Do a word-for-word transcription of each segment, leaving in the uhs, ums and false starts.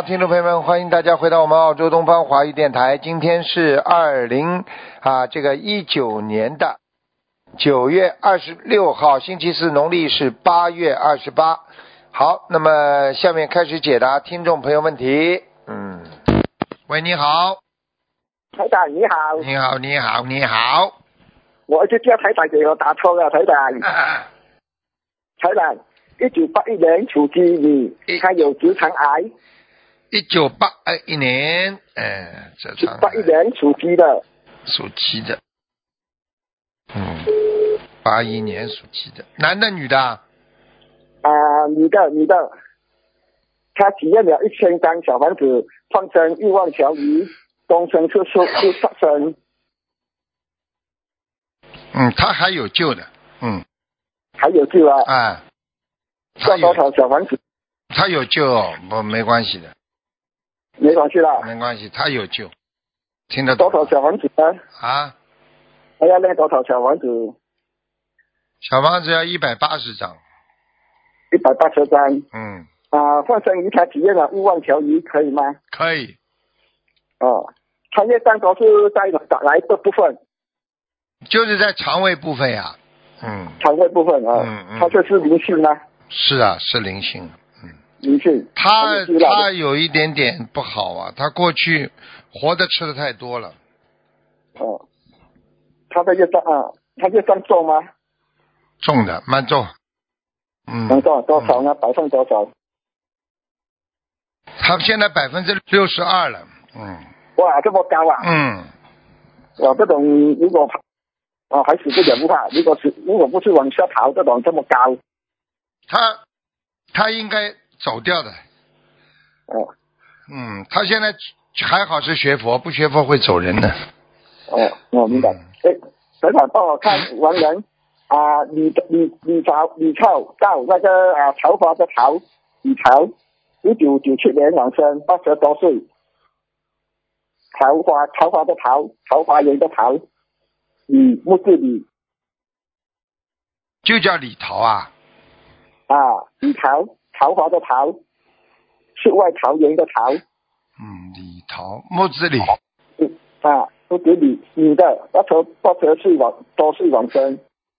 听众朋友们，欢迎大家回到我们澳洲东方华语电台。今天是二零啊，这个一九年的九月二十六号，星期四，农历是八月二十八。好，那么下面开始解答听众朋友问题。嗯，喂，你好， 台长你好， 你好，你好，你好， 我就叫台长给我打错了，台长。 啊、 台长，一九八一年属鸡女，他有直肠癌。 一九八一年，哎，这场八一年属鸡的， 属鸡的，嗯，八一年属鸡的，男的女的？ 啊、呃，女的女的，他体验了一千张小房子，放生欲望条鱼，终身出出出杀生。 嗯，他还有救的，嗯， 还有救啊！ 哎， 赚多少小房子？ 他有救，不没关系的， 没关系啦， 没关系，他有救，听得懂多少小房子呢？ 啊？ 还要练多少小房子？ 小房子要一百八十张， 一百八十张。 嗯， 啊、呃，放生鱼他体验了欲望条鱼可以吗？ 可以。 哦，他业障都是在哪一个部分？ 就是在肠胃部分呀、嗯， 肠胃部分啊， 嗯嗯， 他这是灵性吗？ 是啊，是灵性，嗯， 灵性。 他他有一点点不好啊，他过去活的吃的太多了。 哦，他的业障啊，他业障重吗？ 重的，蛮重。嗯。 能重多少呢？嗯、百分多少？ 他现在百分之六十二了，嗯。 哇，这么高啊！ 嗯。 哇，这种如果哦还死不了不怕，如果是如果不是往下跑，这种这么高， 他他应该走掉的。 哦。 嗯，他现在还好是学佛，不学佛会走人的。 哦，我明白。哎、嗯，等会帮我看完人啊，李李李朝李朝到那个啊桃花的桃李朝，一九九七年往生，八十多岁。桃花桃花的桃，桃花源的桃，李木字李， 就叫李桃啊。 啊，李桃，桃花的桃，世外桃源的桃。 嗯，李桃，木字李。 嗯啊，木字李，女的，八十八十岁往多岁往生。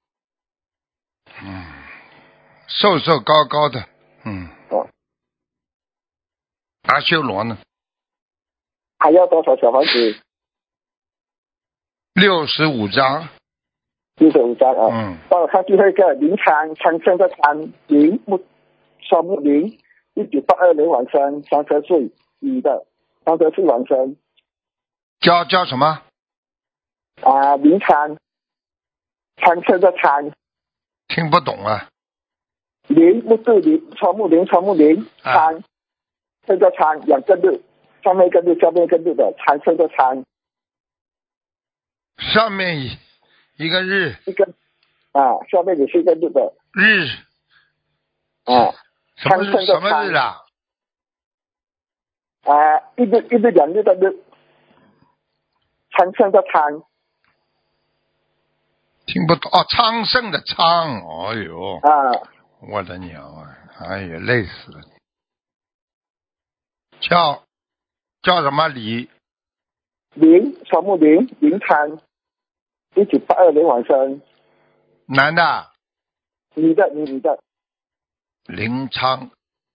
嗯，瘦瘦高高的，嗯。 哦。 阿修罗呢？ 还要多少小房子？ 六十五张。 六十五张啊。 嗯。 帮我看最后一个林昌，昌盛的昌，林木双木林，一九八二年往生，三十岁，女的，三十岁往生。 叫叫什么？ 啊，林昌，昌盛的昌。 听不懂啊。 林木字林，双木林，双木林，昌，这个昌两个日。上面一个日，下面一个日的长生的长， 上面一一个日， 一个啊，下面也是一个日的日啊， 长生的什么日啊？ 啊，一日一日两日的日，长生的长， 听不懂哦，昌盛的昌，哦呦啊， 我的娘啊，哎呀，累死了，叫。叫什么李？ 林双木林林昌，一九八二年往生。 男的。 女的，女的。 林昌。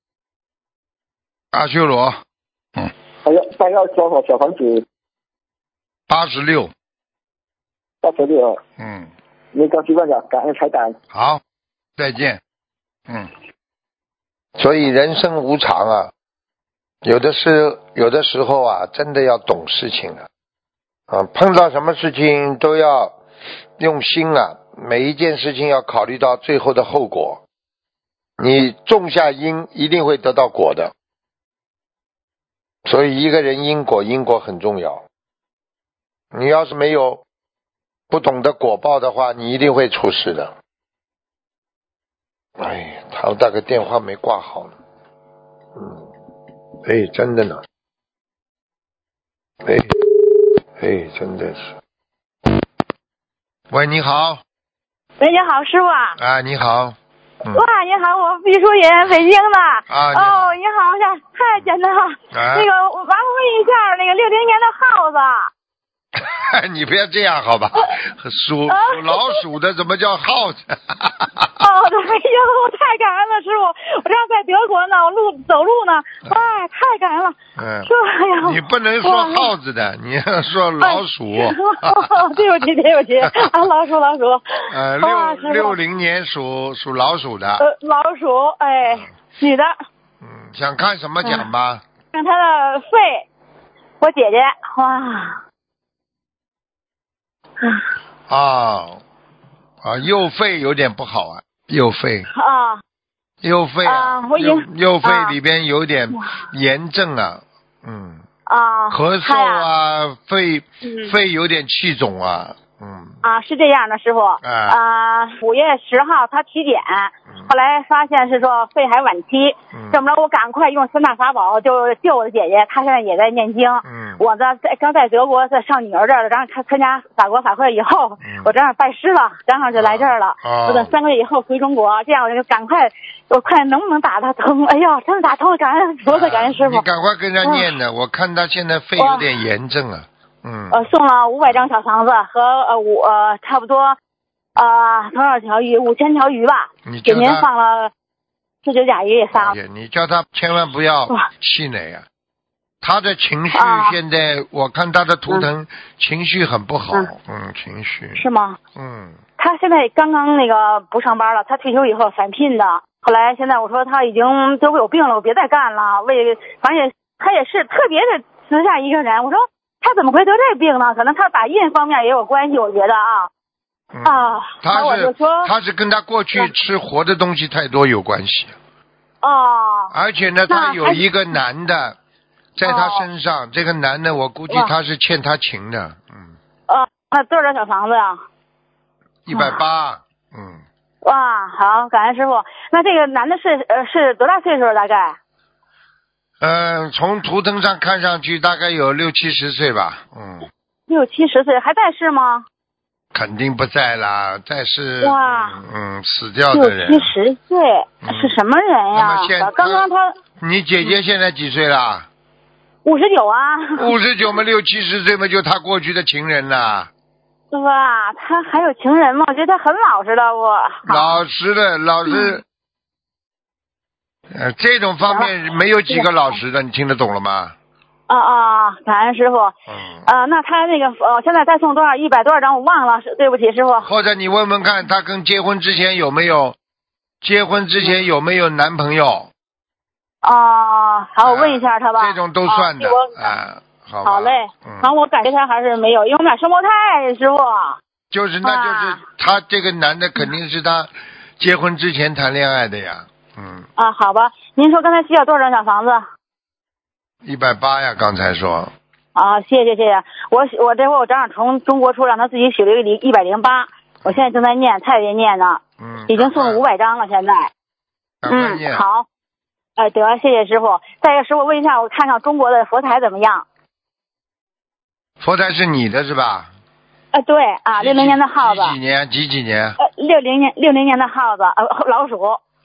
阿修罗。嗯。 还要还要多少小房子？ 八十六。 八十六。 嗯。 没关系，问了，感恩台长。 好，再见。嗯。所以人生无常啊。有的是，有的时候啊，真的要懂事情的啊，碰到什么事情都要用心啊，每一件事情要考虑到最后的后果。你种下因，一定会得到果的。所以一个人因果，因果很重要。你要是没有不懂得果报的话，你一定会出事的。哎呀，他那个电话没挂好了，嗯。哎，真的呢。哎，哎，真的是。喂，你好。 喂，你好，师傅啊。 啊，你好。 嗯、 哇，你好，我毕淑云，北京的。 啊， 哦，你好呀，太简单了。 啊、 那个，我麻烦问一下，那个六零年的耗子。 你不要这样好吧？属属老鼠的怎么叫耗子？ 哦，对，哎呦，太感恩了，师傅！我这样在德国呢，我路走路呢，哎，太感恩了。 嗯， 是哎呀， 你不能说耗子的，你要说老鼠。 哦，对不起，对不起，啊，老鼠，老鼠。 呃，六六零年属属老鼠的。 呃，老鼠，哎，女的。 嗯，想看什么讲吧？ 看她的肺，我姐姐，哇。 啊啊，右肺有点不好啊，右肺啊， 右肺啊， 我右右肺里边有点炎症啊，嗯啊， 咳嗽啊，肺肺有点气肿啊，嗯啊，是这样的，师傅啊，五月十号他体检，后来发现是说肺还晚期，这么着我赶快用三大法宝就救我的姐姐，她现在也在念经， 嗯， 我呢在刚在德国在上女儿这儿，然后她参加法国法会以后，我正好拜师了，正好就来这儿了，我等三个月以后回中国，这样我就赶快我看能不能打他通，哎呀，真的打通了，感恩菩萨，感恩师傅， 你赶快跟他念的，我看他现在肺有点炎症啊。嗯， 呃，送了五百张小房子和呃五呃差不多呃多少条鱼，五千条鱼吧， 你给您放了四九甲鱼也放了。 你叫他千万不要气馁啊！他的情绪现在，啊、我看他的图腾、嗯、情绪很不好，嗯，嗯情绪是吗？ 嗯， 他现在刚刚那个不上班了，他退休以后返聘的，后来现在我说他已经都有病了，我别再干了，为反正也他也是特别的慈善一个人，我说。他怎么会得这病呢？可能他打印方面也有关系，我觉得啊、 嗯、 啊， 他是他是跟他过去吃活的东西太多有关系。 哦。 而且呢，他有一个男的在他身上，哦、这个男的我估计他是欠他情的，嗯。 哦，那多少小房子呀？ 一百八，嗯。 哇，好，感恩师傅。那这个男的是呃是多大岁数大概？ 呃，从图腾上看上去大概有六七十岁吧，嗯。 六七十岁还在世吗？ 肯定不在啦，在世。 哇， 嗯，嗯死掉的人。 六七十岁、嗯、是什么人呀？刚刚他。 你姐姐现在几岁啦？ 五十九啊。 五十九嘛，六七十岁嘛，就他过去的情人啦。 哇，他还有情人吗？我觉得他很老实的，我。 老实的，老实。嗯呃，这种方面没有几个老实的，你听得懂了吗？ 啊啊，感恩师傅。嗯。啊，那他那个呃，现在再送多少？一百多少张？我忘了，对不起，师傅。 或者你问问看，他跟结婚之前有没有？结婚之前有没有男朋友？ 哦、啊，好，我问一下他吧。 这种都算的。啊，好。 好嘞。 嗯。 好，我感觉他还是没有，因为我们俩双胞胎，师傅。 就是，那就是他这个男的肯定是他结婚之前谈恋爱的呀。嗯啊，好吧，您说刚才需要多少小房子？ 一百八呀，刚才说。 啊，谢谢谢谢，我我这会我正好从中国出，让他自己许了一个一百零八，我现在正在念，他也在念呢， 嗯， 已经送了五百张了，现在。嗯，好，哎，得，谢谢师傅。再一个，师傅问一下，我看看中国的佛台怎么样？ 佛台是你的是吧？ 呃，对啊，六零年的耗子。 几几年？几几年？ 呃，六零年六零年的耗子，呃，老鼠。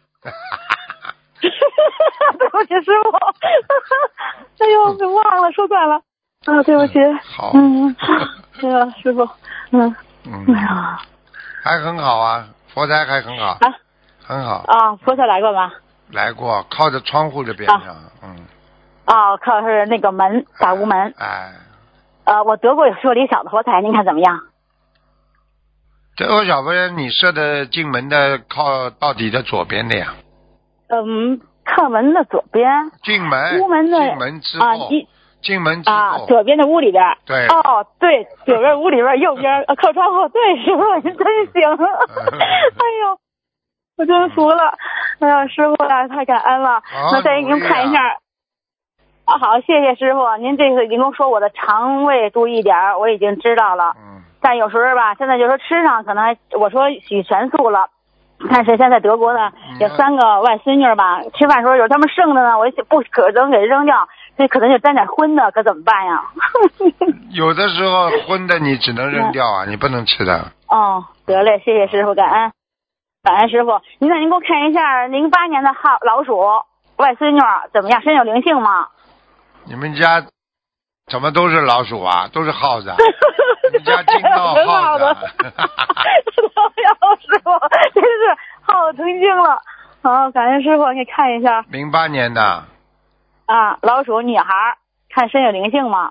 对不起，师傅。哎呦，给忘了，说错了。啊，对不起。 好。 嗯，对呀，师傅。嗯。 嗯。 哎呀， 还很好啊，佛台还很好。 啊。 很好。 啊，菩萨来过吗？ 来过，靠着窗户这边上，啊、嗯。 哦，靠是那个门，大屋门。 哎。 呃，我德国有设理小的佛台，您看怎么样？ 德国小佛台你设的进门的靠到底的左边的呀。 嗯，靠门的左边。 进门。 屋门的。 进门之后。 啊， 进门之后。 啊，左边的屋里边。 对。 哦，对，左边屋里边，右边靠窗户。对，师傅，您真行。哎呦，我真服了。哎呀，师傅呀，太感恩了。那再给您看一下。啊，好，谢谢师傅，您这个已经说我的肠胃注意点，我已经知道了。 嗯。 但有时候吧，现在就说吃上可能我说许全素了，但是现在德国呢有三个外孙女吧，嗯、吃饭时候有他们剩的呢，我不可能给扔掉，所以可能就沾点荤的，可怎么办呀？ 有的时候荤的你只能扔掉啊，你不能吃的。 哦，得嘞，谢谢师傅，感恩。 感恩师傅，您那您给我看一下零八年的号老鼠外孙女怎么样？身有灵性吗？ 你们家怎么都是老鼠啊？都是耗子啊？你家金到耗子？ 哎呀，师傅，真是耗子成精了。好，感恩师傅，你看一下。 零八年的。 啊，老鼠女孩，看身有灵性吗？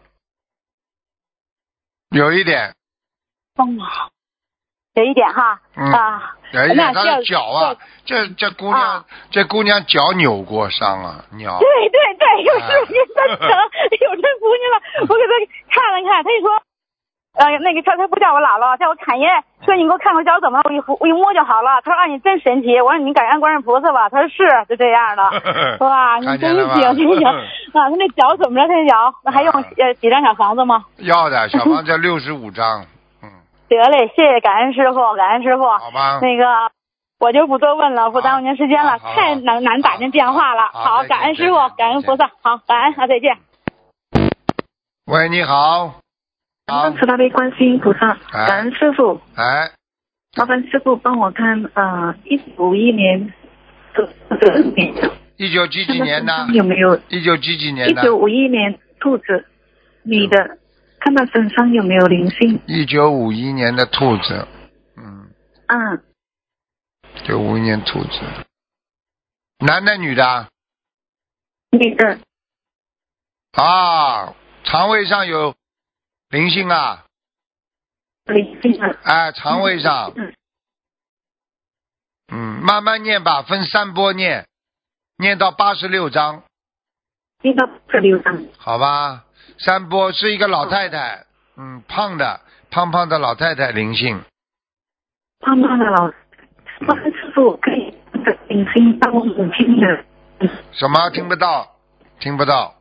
有一点。 嗯，有一点哈。 嗯、 啊。 有一点，她的脚啊，这这姑娘、啊，这姑娘脚扭过伤啊，鸟。 对对对，有师傅您在讲，有这姑娘了，我给她看了看，她一说。呃，那个他他不叫我姥姥，叫我侃爷，说你给我看看脚怎么了，我一我一摸就好了。他说啊，你真神奇。我说你感恩观世菩萨吧。他说是，就这样的。哇，你真行真行啊！他那脚怎么了？他那脚那还用呃几张小房子吗？ 要的，小房子六十五张。嗯。 得嘞，谢谢感恩师傅，感恩师傅。 好吧。 那个我就不多问了，不耽误您时间了，太难难打进电话了。好，感恩师傅，感恩菩萨，好，感恩啊，再见。 喂，你好。 感恩慈大悲观世音菩萨，感恩师傅。 哎， 麻烦师傅帮我看，呃，一九五一年的年。 一九几几年的？ 有没有？ 一九几几年的？ 一九五一年兔子，女的，看到身上有没有灵性？ 一九五一年的兔子，嗯。 嗯。 九五一年兔子，男的女的？ 女的。 啊，肠胃上有。灵性啊， 灵性啊， 哎，肠胃上，嗯，嗯，慢慢念吧，分三波念，念到八十六章， 念到八十六章， 好吧，三波是一个老太太，嗯，胖的，胖胖的老太太灵性， 胖胖的老，麻烦师傅可以灵性到我母亲的， 什么听不到，听不到，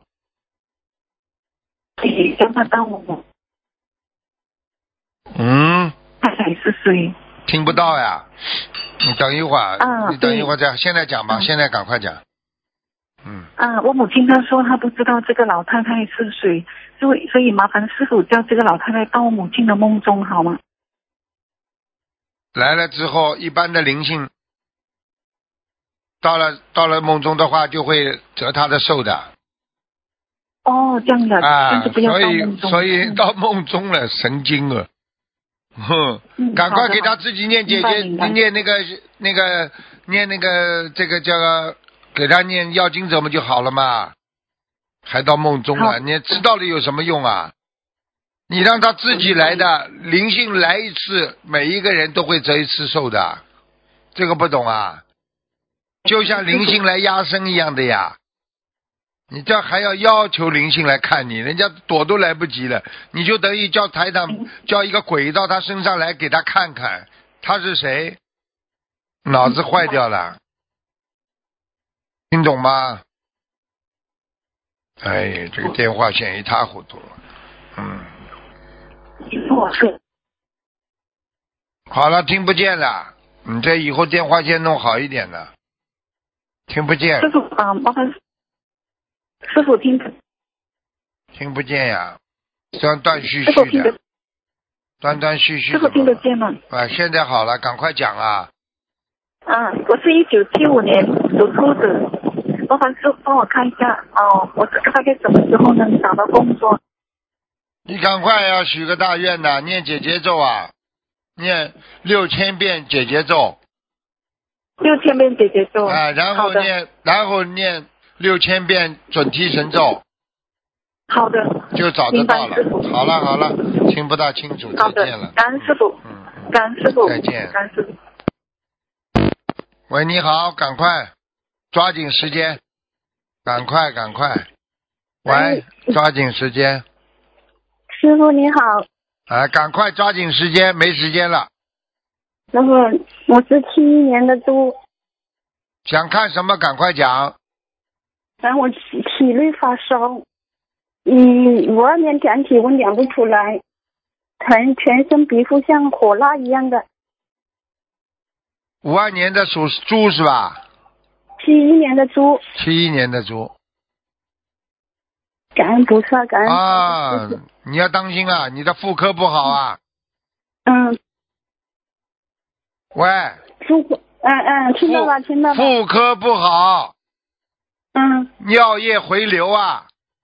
可以让他到我母。 嗯， 太太是谁？ 听不到呀，你等一会儿， 啊、 你等一会儿再，现在讲吧，嗯、现在赶快讲。嗯。 啊，我母亲她说她不知道这个老太太是谁，所以所以麻烦师傅叫这个老太太到我母亲的梦中好吗？ 来了之后，一般的灵性到了到了梦中的话，就会折她的寿的。 哦，这样的啊， 不要所以所以嗯、 到梦中了，神经了。哼，嗯、赶快给他自己念姐姐念那个那个念那个这个叫给他念要经者们就好了嘛，还到梦中了，你知道了有什么用啊？你让他自己来的，灵性来一次，每一个人都会折一次寿的，这个不懂啊？就像灵性来压身一样的呀。你这还要要求灵性来看你，人家躲都来不及了，你就等于叫台长叫一个鬼到他身上来给他看看他是谁，脑子坏掉了，听懂吗？哎，这个电话线一塌糊涂了，嗯。好了，听不见了，你这以后电话线弄好一点的，听不见。 师傅啊，麻烦。师傅听听不见呀，断断续续的，断断续续的。 师傅听得见吗？ 啊，现在好了，赶快讲啊！ 啊，我是一九七五年属兔子，麻烦师傅帮我看一下哦，我大概什么时候能找到工作？ 你赶快要许个大愿的，念解结咒啊，念六千遍解结咒。 六千遍解结咒。 啊，然后念，然后念。六千遍准提神咒， 好的， 就找得到了。好了好了，听不大清楚，再见了。 感恩师傅，嗯，感恩师傅， 再见， 感恩师傅。 喂，你好，赶快，抓紧时间，赶快赶快，喂，抓紧时间。 师傅你好。 哎，赶快抓紧时间，没时间了。 师傅，我是七一年的猪。 想看什么？赶快讲。 然后我体体内发烧，嗯，五二年量体温量不出来，疼，全身皮肤像火辣一样的。 五二年的属猪是吧？ 七一年的猪。 七一年的猪。 感恩菩萨，感恩。 啊，你要当心啊，你的妇科不好啊。 嗯。 喂。 妇科，嗯嗯，听到了听到了。 妇科不好。 嗯。 尿液回流啊。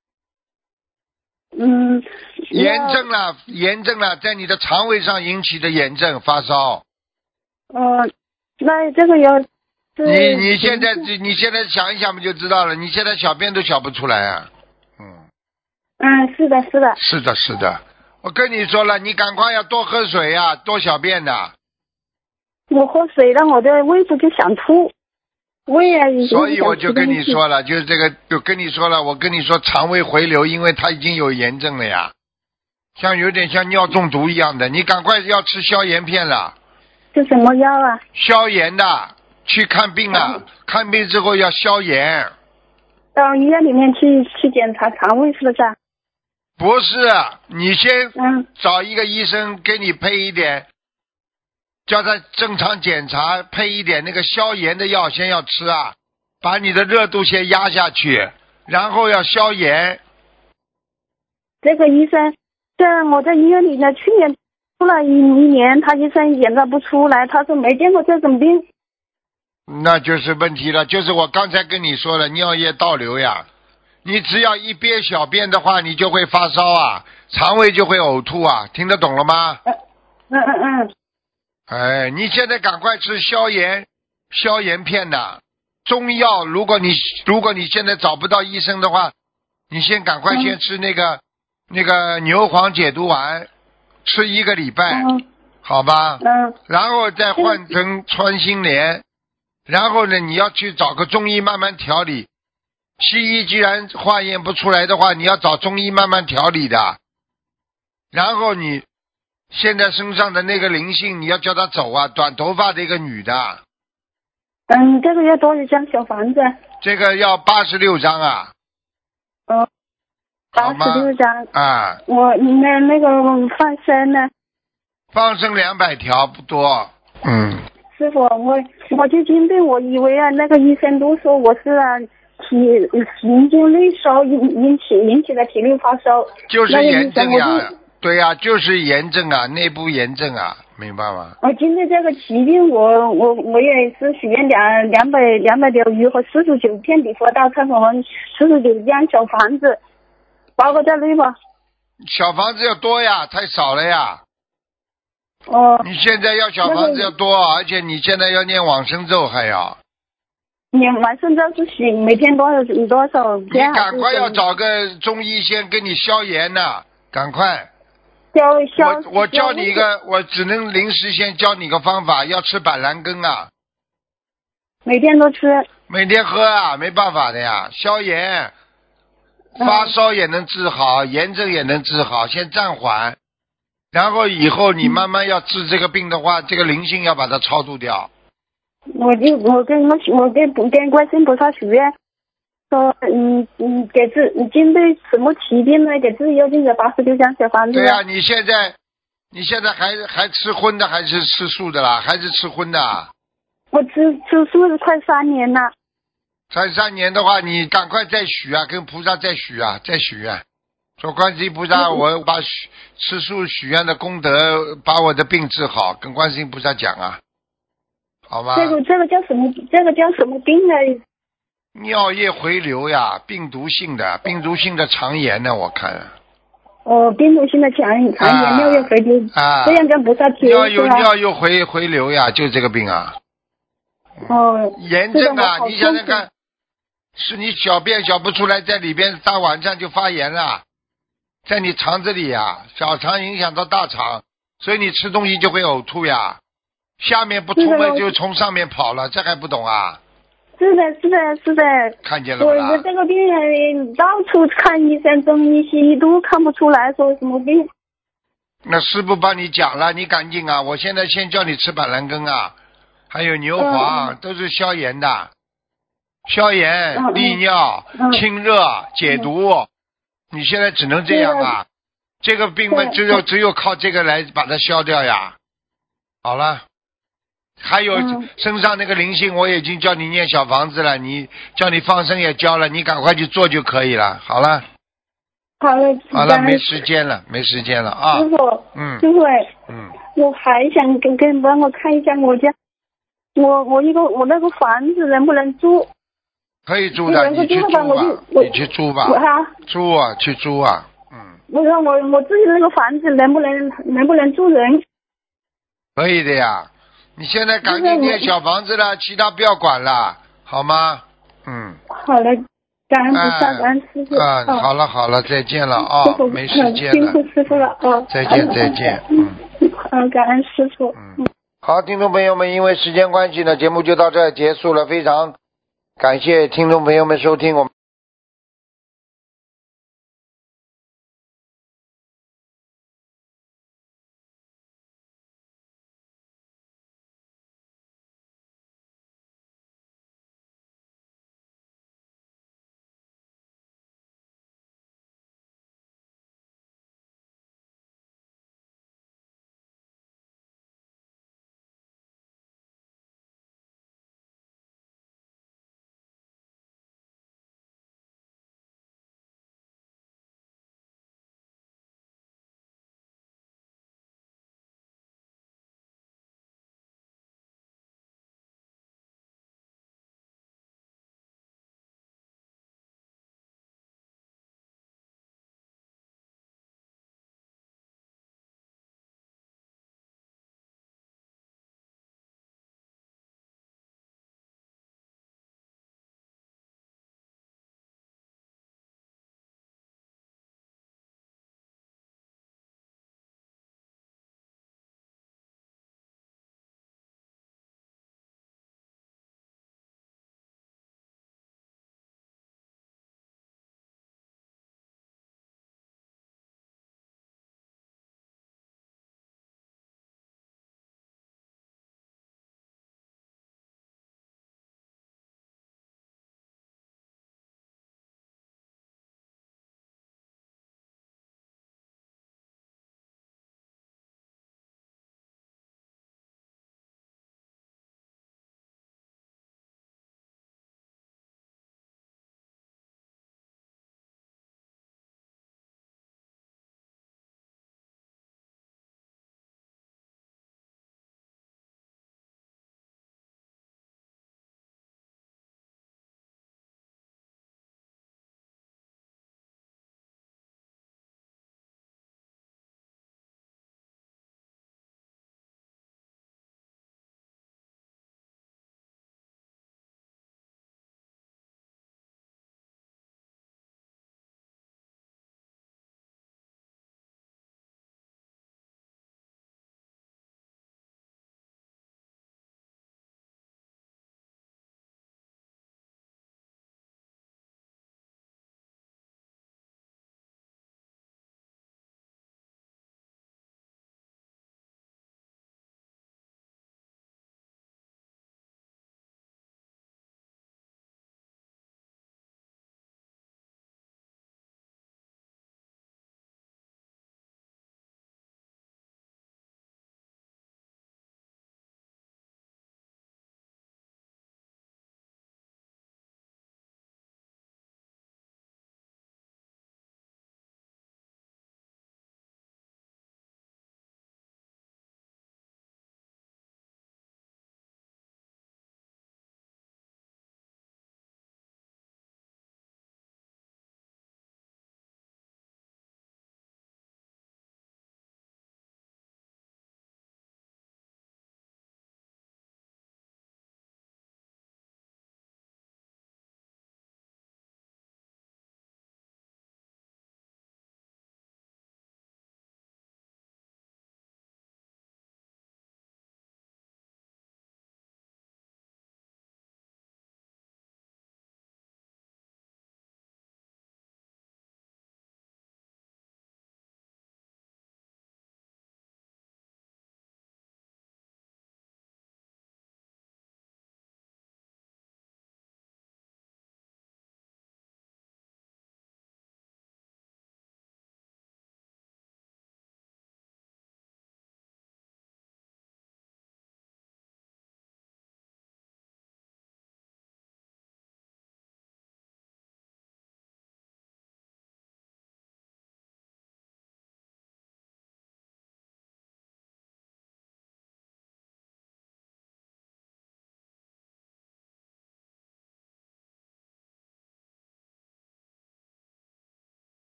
嗯。 炎症了，炎症了，在你的肠胃上引起的炎症，发烧。 哦，那这个有。 你你现在你现在想一想不就知道了？你现在小便都小不出来啊。嗯。 嗯，是的，是的。 是的，是的。我跟你说了，你赶快要多喝水啊，多小便的。 我喝水了，我的胃部就想吐，胃啊。 所以我就跟你说了，就是这个，就跟你说了，我跟你说肠胃回流，因为它已经有炎症了呀，像有点像尿中毒一样的，你赶快要吃消炎片了。 这什么药啊？ 消炎的，去看病了，嗯、看病之后要消炎。 到医院里面去去检查肠胃是不是啊？ 不是，你先嗯找一个医生给你配一点，叫他正常检查，配一点那个消炎的药，先要吃啊，把你的热度先压下去，然后要消炎。 这个医生，对，我在医院里呢，去年住了一一年，他医生检查不出来，他说没见过这种病。 那就是问题了，就是我刚才跟你说了，尿液倒流呀。你只要一憋小便的话，你就会发烧啊，肠胃就会呕吐啊，听得懂了吗？ 嗯嗯嗯嗯。 哎，你现在赶快吃消炎消炎片的中药。如果你如果你现在找不到医生的话，你先赶快先吃那个、嗯、那个牛黄解毒丸，吃一个礼拜，嗯、好吧？ 嗯。 然后再换成穿心莲，然后呢，你要去找个中医慢慢调理。西医既然化验不出来的话，你要找中医慢慢调理的。然后你现在身上的那个灵性，你要叫他走啊，短头发的一个女的。 嗯，这个要多少张小房子？ 这个要八十六张啊。 哦，八十六张啊。 我你的那个放生呢？ 放生两百条，不多。嗯。 师傅，我我就针对我以为啊，那个医生都说我是啊。体神经内烧引引起引起的体内发烧， 就是炎症呀、啊，对呀、啊，就是炎症啊，内部炎症啊，明白吗？ 我针对这个疾病，我我我也是许愿两两百两百条鱼和四十九片礼佛大忏悔文，四十九张小房子，包括在内吧？ 小房子要多呀，太少了呀。 哦。 你现在要小房子要多，那個、而且你现在要念往生咒还要。 你晚上就是许每天多少多少天？ 你赶快要找个中医先给你消炎呐，赶快。 消消。 我我教你一个，我只能临时先教你个方法，要吃板蓝根啊。 每天都吃。 每天喝啊，没办法的呀，消炎，发烧也能治好，嗯、炎症也能治好，先暂缓。然后以后你慢慢要治这个病的话，嗯、这个灵性要把它超度掉。 我就我跟我我跟跟观世音菩萨许愿，说嗯嗯给自你针对什么疾病呢？给自己要进个八十六张小房子。 对呀、啊，你现在你现在还还吃荤的还是吃素的啦？还是吃荤的？ 我吃吃素快三年了。 才三年的话，你赶快再许啊，跟菩萨再许啊，再许愿、啊，说观世音菩萨，嗯、我把许吃素许愿的功德把我的病治好，跟观世音菩萨讲啊。好吗？ 这个这个叫什么？这个叫什么病呢？ 尿液回流呀，病毒性的，病毒性的肠炎呢，我看。 哦，病毒性的肠肠炎，尿液回流啊，这样跟菩萨贴尿有尿又回回流呀，就这个病啊。 哦。 炎症啊，你想想看，是你小便小不出来，在里边大晚上就发炎了，在你肠子里呀，小肠影响到大肠，所以你吃东西就会呕吐呀。下面不通了就从上面跑了，这还不懂啊？ 是的，是的，是的。 看见了吧？ 我这个病人到处看医生，中医西医都看不出来说什么病。 那师父帮你讲了，你赶紧啊！我现在先叫你吃板蓝根啊，还有牛黄，嗯、都是消炎的，消炎、嗯、利尿、嗯、清热、解毒。嗯、你现在只能这样啊！这个病嘛，只有只有靠这个来把它消掉呀。好了。还有身上那个灵性，我已经叫你念小房子了，你叫你放生也交了，你赶快去做就可以了。好了， 好了， 好了，没时间了，没时间了啊！ 师傅， 嗯， 师傅， 嗯， 我还想跟跟帮我看一下我家我我一个我那个房子能不能租？ 可以租的，你去租吧，你去租吧，租啊，去租啊，嗯。 我说我我自己那个房子能不能能不能租人？ 可以的呀，你现在赶紧念小房子了，其他不要管了，好吗？嗯。 好了，感恩菩萨，感恩师傅。 啊，好了好了，再见了啊，没时间了。 辛苦师傅了啊。 再见再见，嗯。 嗯，感恩师傅。 嗯。好，听众朋友们，因为时间关系呢，节目就到这儿结束了，非常感谢听众朋友们收听我们。